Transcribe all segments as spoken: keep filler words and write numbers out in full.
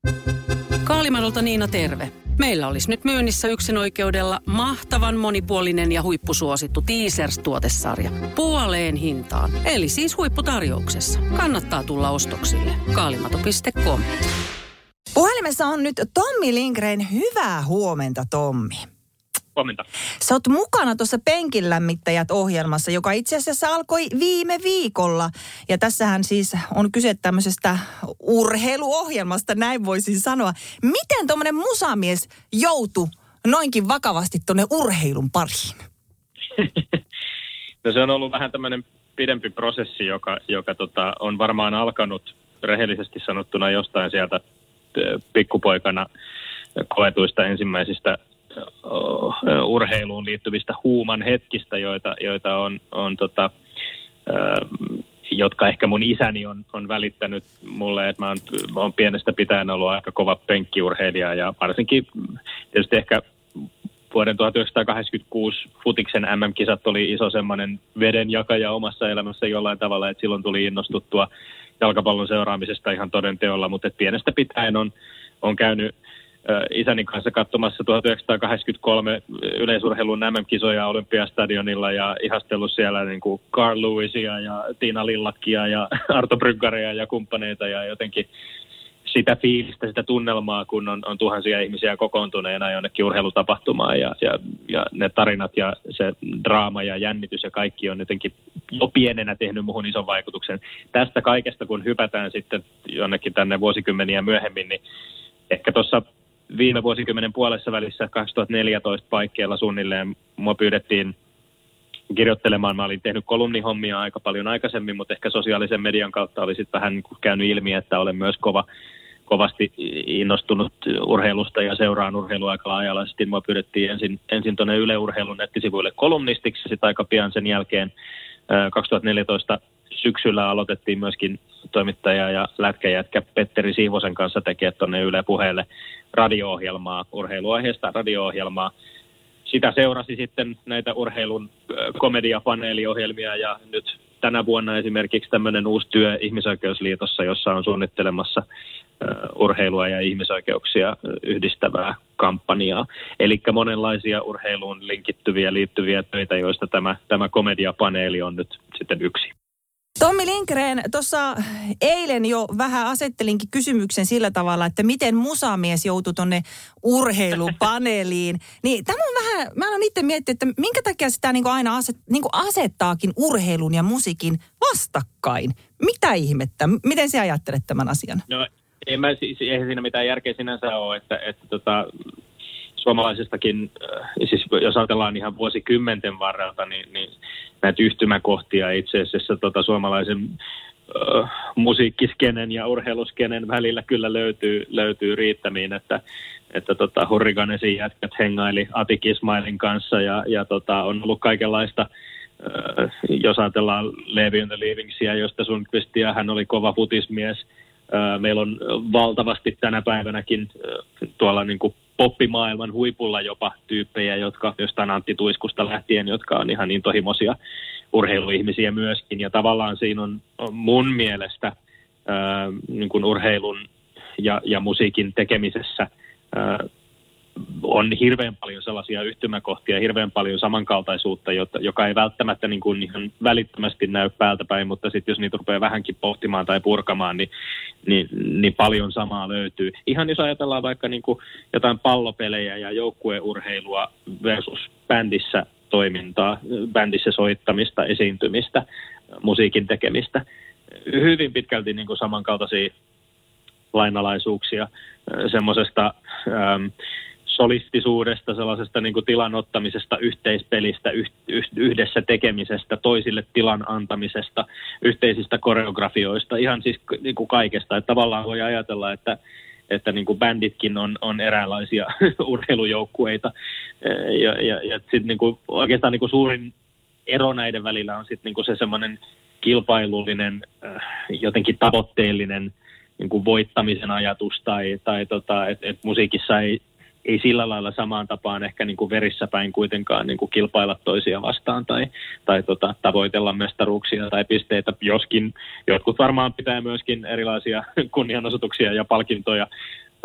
Kaalimadolta Niina, terve. Meillä olisi nyt myynnissä yksinoikeudella mahtavan monipuolinen ja huippusuosittu Teasers-tuotesarja. Puoleen hintaan. Eli siis huipputarjouksessa. Kannattaa tulla ostoksille. Kaalimato piste com. Puhelimessa on nyt Tommi Lindgren. Hyvää huomenta, Tommi. Huomenta. Sä oot mukana tuossa Penkinlämmittäjät-ohjelmassa, joka itse asiassa alkoi viime viikolla. Ja tässähän siis on kyse tämmöisestä urheiluohjelmasta, näin voisin sanoa. Miten tommonen musamies joutui noinkin vakavasti tonne urheilun pariin? No se on ollut vähän tämmöinen pidempi prosessi, joka, joka tota, on varmaan alkanut rehellisesti sanottuna jostain sieltä pikkupoikana koetuista ensimmäisistä urheiluun liittyvistä huuman hetkistä, joita, joita on, on tota, äh, jotka ehkä mun isäni on, on välittänyt mulle, että mä oon, mä oon pienestä pitäen ollut aika kova penkkiurheilija ja varsinkin tietysti ehkä vuoden tuhatyhdeksänsataakahdeksankymmentäkuusi futiksen M M-kisat oli iso semmoinen vedenjakaja omassa elämässä jollain tavalla, että silloin tuli innostuttua jalkapallon seuraamisesta ihan toden teolla, mutta että pienestä pitäen on, on käynyt isäni kanssa katsomassa tuhatyhdeksänsataakahdeksankymmentäkolme yleisurheilun M M-kisoja Olympiastadionilla ja ihastellut siellä niin kuin Carl Lewisia ja Tiina Lillakia ja Arto Bryggaria ja kumppaneita ja jotenkin sitä fiilistä, sitä tunnelmaa, kun on, on tuhansia ihmisiä kokoontuneena jonnekin urheilutapahtumaan ja, ja, ja ne tarinat ja se draama ja jännitys ja kaikki on jotenkin jo pienenä tehnyt muhun ison vaikutuksen. Tästä kaikesta, kun hypätään sitten jonnekin tänne vuosikymmeniä myöhemmin, niin ehkä tuossa viime vuosikymmenen puolessa välissä kaksituhattaneljätoista paikkeilla suunnilleen mua pyydettiin kirjoittelemaan. Mä olin tehnyt kolumnihommia aika paljon aikaisemmin, mutta ehkä sosiaalisen median kautta oli sitten vähän käynyt ilmi, että olen myös kova, kovasti innostunut urheilusta ja seuraan urheilua aika laaja-alaisesti. Mua pyydettiin ensin, ensin tuonne Yle Urheilun nettisivuille kolumnistiksi ja sitten aika pian sen jälkeen kaksituhattaneljätoista syksyllä aloitettiin myöskin toimittaja ja lätkäjätkä Petteri Siivosen kanssa tekee tuonne Yle Puheelle radio-ohjelmaa, urheiluaiheesta radio-ohjelmaa. Sitä seurasi sitten näitä urheilun komediapaneeliohjelmia ja nyt tänä vuonna esimerkiksi tämmöinen uusi työ Ihmisoikeusliitossa, jossa on suunnittelemassa urheilua ja ihmisoikeuksia yhdistävää kampanjaa. Eli monenlaisia urheiluun linkittyviä, liittyviä töitä, joista tämä, tämä komediapaneeli on nyt sitten yksi. Tommi Lindgren, tuossa eilen jo vähän asettelinkin kysymyksen sillä tavalla, että miten musamies joutui tuonne urheilupaneeliin. Niin tämä on vähän, mä olen itse miettinyt, että minkä takia sitä niin kuin aina aset, niin kuin asettaakin urheilun ja musiikin vastakkain. Mitä ihmettä? Miten sä ajattelet tämän asian? No, en mä, eihän siinä mitään järkeä sinänsä ole, että, että tota, suomalaisestakin, siis jos ajatellaan ihan vuosikymmenten varrelta, niin, niin näitä yhtymäkohtia itse asiassa tota, suomalaisen äh, musiikkiskenen ja urheiluskenen välillä kyllä löytyy, löytyy riittämiin, että, että tota, Hurriganesin jätkät hengaili Atik Ismailin kanssa ja, ja tota, on ollut kaikenlaista, äh, jos ajatellaan Levi and the Leavingsia, josta Sundqvistia, hän oli kova futismies. Äh, meillä on valtavasti tänä päivänäkin äh, tuolla niin kuin poppimaailman huipulla jopa tyyppejä, jotka jostain Antti Tuiskusta lähtien, jotka on ihan intohimoisia urheiluihmisiä myöskin. Ja tavallaan siinä on, on mun mielestä ää, niin kuin urheilun ja, ja musiikin tekemisessä ää, on hirveän paljon sellaisia yhtymäkohtia, hirveän paljon samankaltaisuutta, jota, joka ei välttämättä niin kuin ihan välittömästi näy päältä päin, mutta sitten jos niitä rupeaa vähänkin pohtimaan tai purkamaan, niin, niin, niin paljon samaa löytyy. Ihan jos ajatellaan vaikka niin kuin jotain pallopelejä ja joukkueurheilua versus bändissä toimintaa, bändissä soittamista, esiintymistä, musiikin tekemistä. Hyvin pitkälti niin kuin samankaltaisia lainalaisuuksia semmoisesta Ähm, solistisuudesta, sellaisesta niin kuin tilan ottamisesta, yhteispelistä, yh, yh, yhdessä tekemisestä, toisille tilan antamisesta, yhteisistä koreografioista, ihan siis niin kuin kaikesta. Että tavallaan voi ajatella, että, että niin kuin bänditkin on, on eräänlaisia urheilujoukkueita. Ja, ja, ja sitten niin kuin oikeastaan niin kuin suurin ero näiden välillä on sitten niin kuin se semmoinen kilpailullinen, jotenkin tavoitteellinen niin kuin voittamisen ajatus tai, tai tota, että et musiikissa ei ei sillä lailla samaan tapaan ehkä niin kuin verissä päin kuitenkaan niin kuin kilpailla toisia vastaan tai, tai tota, tavoitella mestaruuksia tai pisteitä, joskin jotkut varmaan pitää myöskin erilaisia kunnianosoituksia ja palkintoja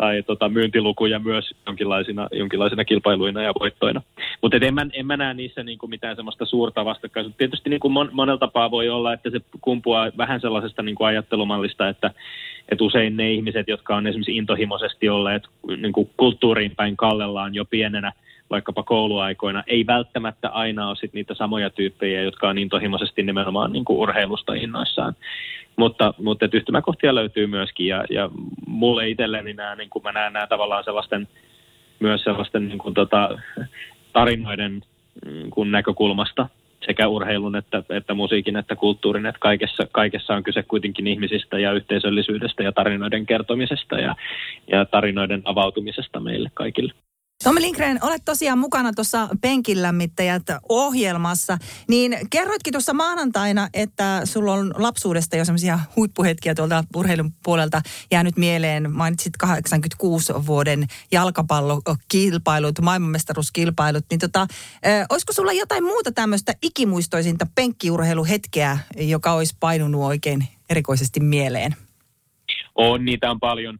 tai tota, myyntilukuja myös jonkinlaisina, jonkinlaisina kilpailuina ja voittoina. Mutta en mä, en mä näe niissä niinku mitään semmoista suurta vastakkaisuutta. Tietysti niinku mon, monella tapaa voi olla, että se kumpuaa vähän sellaisesta niinku ajattelumallista, että et usein ne ihmiset, jotka on esimerkiksi intohimoisesti olleet niinku kulttuuriin päin kallellaan jo pienenä, vaikkapa kouluaikoina, ei välttämättä aina ole sit niitä samoja tyyppejä, jotka on intohimoisesti nimenomaan niin kuin urheilusta innoissaan. Mutta, mutta yhtymäkohtia löytyy myöskin, ja, ja mulle itselleni nämä, niin kuin mä näen nämä tavallaan sellaisten, myös sellaisten niin kuin tota, tarinoiden niin kuin näkökulmasta, sekä urheilun että, että musiikin että kulttuurin, että kaikessa, kaikessa on kyse kuitenkin ihmisistä ja yhteisöllisyydestä ja tarinoiden kertomisesta ja, ja tarinoiden avautumisesta meille kaikille. Tommi Lindgren, olet tosiaan mukana tuossa Penkinlämmittäjät ohjelmassa, niin kerroitkin tuossa maanantaina, että sulla on lapsuudesta jo semmoisia huippuhetkiä tuolta urheilun puolelta jäänyt mieleen. Mainitsit kahdeksankymmentäkuusi vuoden jalkapallokilpailut, maailmanmestaruuskilpailut, niin tota, äh, olisiko sulla jotain muuta tämmöistä ikimuistoisinta penkkiurheiluhetkeä, joka olisi painunut oikein erikoisesti mieleen? On, niitä on paljon.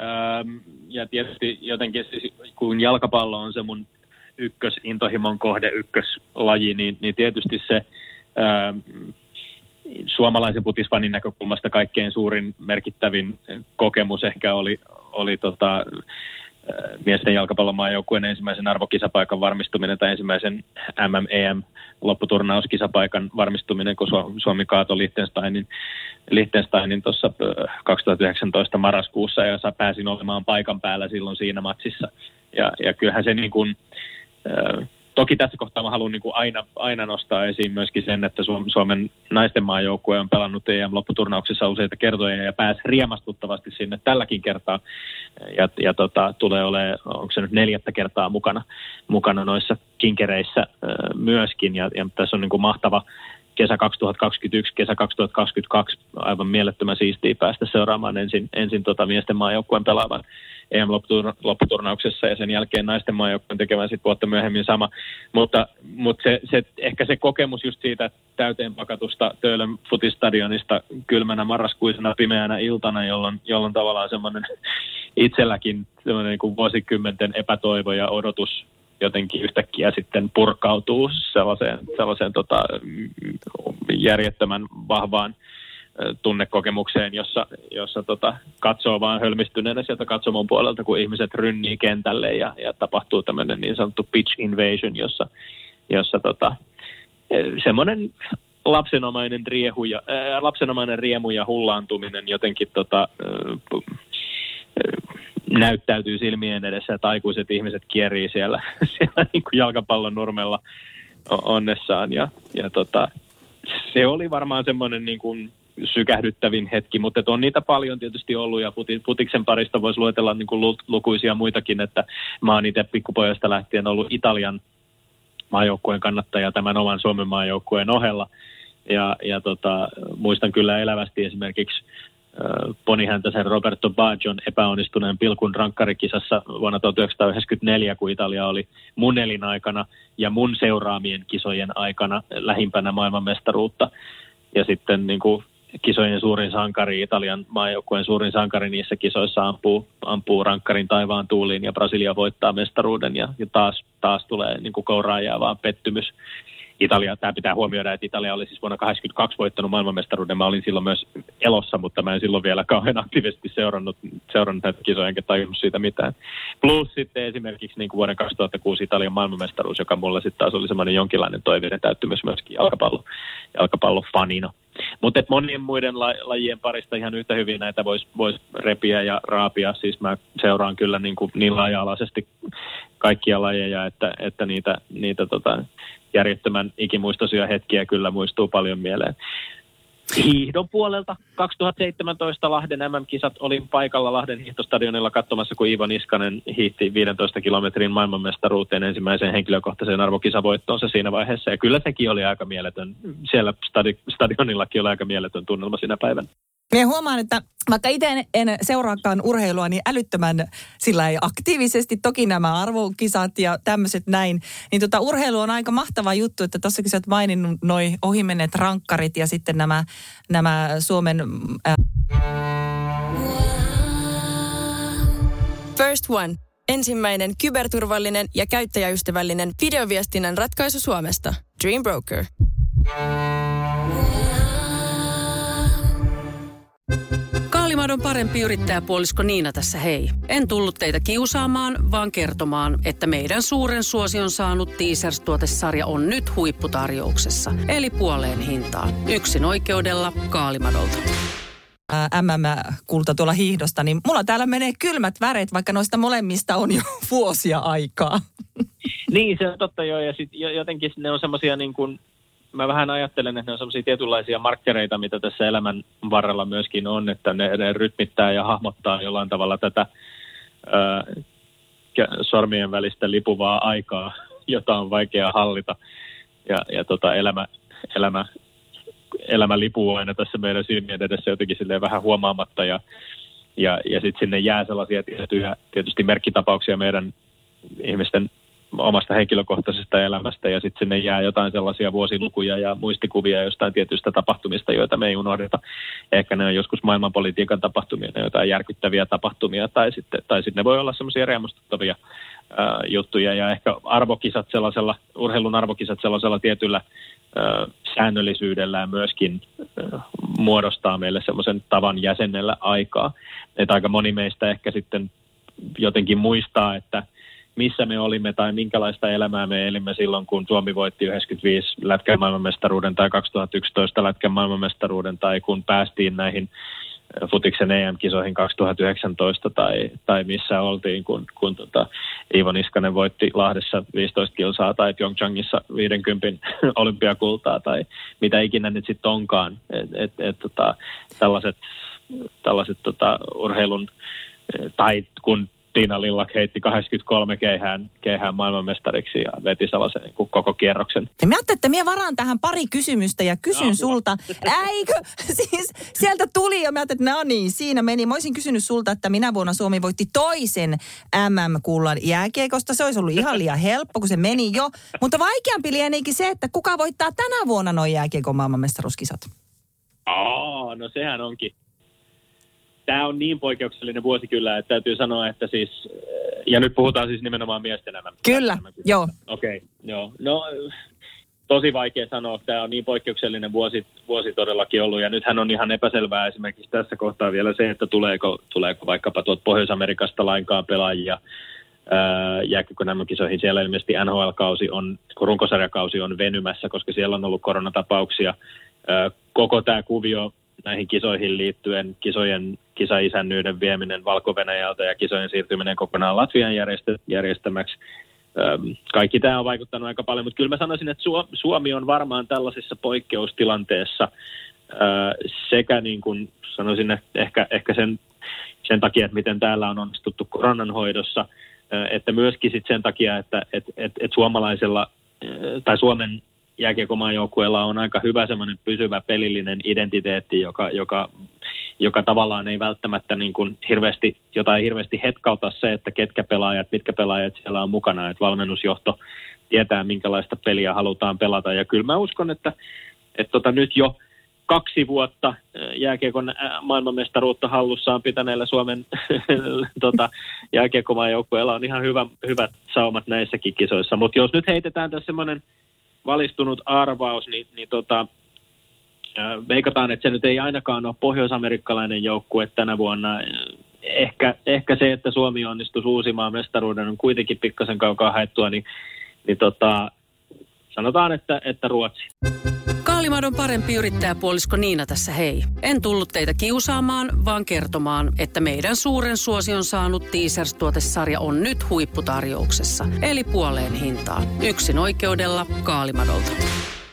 Ja tietysti jotenkin, kun jalkapallo on se mun ykkösintohimon kohde, ykköslaji, niin, niin tietysti se ää, suomalaisen futisfanin näkökulmasta kaikkein suurin merkittävin kokemus ehkä oli, oli tota, miesten jalkapallomaajoukkueen ensimmäisen arvokisapaikan varmistuminen tai ensimmäisen M M E M-lopputurnauskisapaikan varmistuminen, kun Suomi kaatoi Liechtensteinin, Liechtensteinin tuossa kaksituhattayhdeksäntoista marraskuussa, ja pääsin olemaan paikan päällä silloin siinä matsissa. Ja, ja kyllähän se niin kuin, äh, toki tässä kohtaa mä haluan niin kuin aina, aina nostaa esiin myöskin sen, että Suomen naisten maajoukkue on pelannut E M-lopputurnauksessa useita kertoja ja pääsi riemastuttavasti sinne tälläkin kertaa. Ja, ja tota, tulee olemaan, onko se nyt neljättä kertaa mukana, mukana noissa kinkereissä äh, myöskin. Ja, ja tässä on niin kuin mahtava kesä kaksituhattakaksikymmentäyksi, kesä kaksituhattakaksikymmentäkaksi, aivan mielettömän siistiä päästä seuraamaan ensin, ensin tota miesten maajoukkueen pelaavan E M-lopputurnauksessa ja sen jälkeen naisten maajoukkueen tekemään sitten vuotta myöhemmin sama. Mutta, mutta se, se, ehkä se kokemus just siitä täyteen pakatusta Töölön futistadionista kylmänä marraskuisena pimeänä iltana, jolloin, jolloin tavallaan semmoinen itselläkin semmoinen niin kuin vuosikymmenten epätoivo ja odotus jotenkin yhtäkkiä sitten purkautuu sellaiseen, sellaiseen tota, järjettömän vahvaan tunnekokemukseen, jossa, jossa tota, katsoo vaan hölmistyneenä sieltä katsomon puolelta, kun ihmiset rynnii kentälle ja, ja tapahtuu tämmöinen niin sanottu pitch invasion, jossa, jossa tota, semmoinen lapsenomainen, riehu ja, ää, lapsenomainen riemu ja hullaantuminen jotenkin tota, ää, näyttäytyy silmien edessä, että aikuiset ihmiset kierii siellä, siellä niin kuin jalkapallon nurmella onnessaan. Ja, ja tota, se oli varmaan semmoinen niin kuin sykähdyttävin hetki, mutta on niitä paljon tietysti ollut, ja futiksen parista voisi luetella niin kuin lukuisia muitakin, että mä oon itse pikkupojasta lähtien ollut Italian maajoukkueen kannattaja tämän oman Suomen maajoukkueen ohella, ja, ja tota, muistan kyllä elävästi esimerkiksi ponihäntäisen Roberto Baggion epäonnistuneen pilkun rankkarikisassa vuonna tuhatyhdeksänsataayhdeksänkymmentäneljä, kun Italia oli mun elinaikana ja mun seuraamien kisojen aikana lähimpänä maailmanmestaruutta. Ja sitten niin kuin kisojen suurin sankari, Italian maajoukkueen suurin sankari niissä kisoissa ampuu, ampuu rankkarin taivaan tuuliin ja Brasilia voittaa mestaruuden ja, ja taas, taas tulee niin kuin kouraan jäävään pettymys. Italia, tämä pitää huomioida, että Italia oli siis vuonna tuhatyhdeksänsataakahdeksankymmentäkaksi voittanut maailmanmestaruuden. Mä olin silloin myös elossa, mutta mä en silloin vielä kauhean aktiivisesti seurannut, seurannut näitä kisoja, enkä tajunnut siitä mitään. Plus sitten esimerkiksi niin kuin vuoden kaksituhattakuusi Italian maailmanmestaruus, joka mulla sitten taas oli semmoinen jonkinlainen toiveiden täyttymys myöskin jalkapallo, jalkapallofanina. Mutta monien muiden la- lajien parista ihan yhtä hyvin näitä voisi vois repiä ja raapia. Siis mä seuraan kyllä niin, kuin niin laaja-alaisesti kaikkia lajeja, että, että niitä, niitä tota, järjettömän ikimuistoisia hetkiä kyllä muistuu paljon mieleen. Hiihdon puolelta kaksituhattaseitsemäntoista Lahden M M-kisat olin paikalla Lahden hiihtostadionilla katsomassa, kun Iivo Niskanen hiihti viidentoista kilometrin maailmanmestaruuteen ensimmäiseen henkilökohtaiseen arvokisavoittoonsa siinä vaiheessa. Ja kyllä sekin oli aika mieletön. Siellä stadi- stadionillakin oli aika mieletön tunnelma siinä päivänä. Minä huomaan, että vaikka itse en, en seuraakaan urheilua, niin älyttömän sillä ei aktiivisesti, toki nämä arvokisat ja tämmöiset näin, niin tota urheilu on aika mahtava juttu, että tossakin sä oot maininnut noi ohimenneet rankkarit ja sitten nämä, nämä Suomen... Äh... First One. Ensimmäinen kyberturvallinen ja käyttäjäystävällinen videoviestinnän ratkaisu Suomesta. Dream Broker. Kaalimadon parempi yrittäjäpuolisko Niina tässä hei. En tullut teitä kiusaamaan, vaan kertomaan, että meidän suuren suosion saanut Teasers-tuotesarja on nyt huipputarjouksessa. Eli puoleen hintaan. Yksin oikeudella Kaalimadolta. M M-kulta tuolla hiihdosta, niin mulla täällä menee kylmät väreet, vaikka noista molemmista on jo vuosia aikaa. Niin, se on totta joo, ja sitten jotenkin ne on semmoisia niin kuin, mä vähän ajattelen, että ne on semmoisia tietynlaisia markkereita, mitä tässä elämän varrella myöskin on, että ne, ne rytmittää ja hahmottaa jollain tavalla tätä ää, sormien välistä lipuvaa aikaa, jota on vaikea hallita, ja, ja tota elämä, elämä elämä lipuu aina tässä meidän silmien edessä jotenkin silleen vähän huomaamatta ja, ja, ja sitten sinne jää sellaisia tiettyjä, tietysti merkkitapauksia meidän ihmisten omasta henkilökohtaisesta elämästä ja sitten sinne jää jotain sellaisia vuosilukuja ja muistikuvia jostain tietyistä tapahtumista, joita me ei unohdeta. Ehkä ne on joskus maailmanpolitiikan tapahtumia, ne jotain järkyttäviä tapahtumia tai sitten, tai sitten ne voi olla semmoisia riemustuttavia ää, juttuja ja ehkä arvokisat sellaisella, urheilun arvokisat sellaisella tietyllä säännöllisyydellään myöskin muodostaa meille semmoisen tavan jäsennellä aikaa. Että aika moni meistä ehkä sitten jotenkin muistaa, että missä me olimme tai minkälaista elämää me elimme silloin, kun Suomi voitti yhdeksänkymmentäviisi lätkän maailmanmestaruuden tai kaksituhattayksitoista lätkän maailmanmestaruuden tai kun päästiin näihin futiksen E M-kisoihin kaksituhattayhdeksäntoista tai, tai missä oltiin, kun, kun tota Iivo Niskanen voitti Lahdessa viisitoista kilsaa tai Pyeongchangissa viisikymmentä olympiakultaa tai mitä ikinä nyt sitten onkaan. Et, et, et, tota, tällaiset tällaiset tota, urheilun, tai kun Tiina Lillak heitti kahdeksankymmentäkolme keihään, keihään maailmanmestariksi ja veti sellaisen niin kuin koko kierroksen. Ja mä ajattelin, että minä varaan tähän pari kysymystä ja kysyn no, sulta. Äikö? Siis sieltä tuli ja mä ajattelin, että no niin, siinä meni. Mä olisin kysynyt sulta, että minä vuonna Suomi voitti toisen M M-kullan jääkiekosta. Se olisi ollut ihan liian helppo, kun se meni jo. Mutta vaikeampi lieneekin se, että kuka voittaa tänä vuonna nuo jääkiekon maailmanmestaruuskisat? Aa, no sehän onkin. Tämä on niin poikkeuksellinen vuosi kyllä, että täytyy sanoa, että siis, ja nyt puhutaan siis nimenomaan miesten elämä. Kyllä, joo. Okei, okay, joo. No, tosi vaikea sanoa. Tämä on niin poikkeuksellinen vuosi, vuosi todellakin ollut, ja nythän on ihan epäselvää esimerkiksi tässä kohtaa vielä se, että tuleeko, tuleeko vaikkapa tuolta Pohjois-Amerikasta lainkaan pelaajia jääkiekon M M-kisoihin. Siellä ilmeisesti N H L-kausi on, runkosarjakausi on venymässä, koska siellä on ollut koronatapauksia. Ää, koko tämä kuvio näihin kisoihin liittyen, kisojen kisaisännyyden vieminen Valko-Venäjältä ja kisojen siirtyminen kokonaan Latvian järjestämäksi. Kaikki tämä on vaikuttanut aika paljon, mutta kyllä mä sanoisin, että Suomi on varmaan tällaisessa poikkeustilanteessa sekä niin kuin sanoisin, että ehkä, ehkä sen, sen takia, että miten täällä on onnistuttu koronan hoidossa, että myöskin sit sen takia, että et, et, et suomalaisella tai Suomen jääkiekkomaajoukkueella on aika hyvä semmoinen pysyvä pelillinen identiteetti, joka, joka, joka tavallaan ei välttämättä niin kuin hirveästi, jota ei hirveästi hetkauta se, että ketkä pelaajat, mitkä pelaajat siellä on mukana, että valmennusjohto tietää, minkälaista peliä halutaan pelata. Ja kyllä mä uskon, että, että tota nyt jo kaksi vuotta jääkiekon maailmanmestaruutta hallussaan pitäneellä Suomen tota, jääkiekkomaajoukkueella on ihan hyvä, hyvät saumat näissäkin kisoissa. Mutta jos nyt heitetään tässä semmoinen valistunut arvaus, niin, niin tota, veikataan, että se nyt ei ainakaan ole pohjois-amerikkalainen joukkue tänä vuonna. Ehkä, ehkä se, että Suomi onnistuisi uusimaan mestaruuden, on kuitenkin pikkasen kaukaa haettua, niin, niin tota, sanotaan, että, että Ruotsi. Kaalimadon parempi yrittäjäpuolisko Niina tässä hei. En tullut teitä kiusaamaan, vaan kertomaan, että meidän suuren suosion saanut Teasers-tuotesarja on nyt huipputarjouksessa. Eli puoleen hintaan. Yksin oikeudella Kaalimadolta.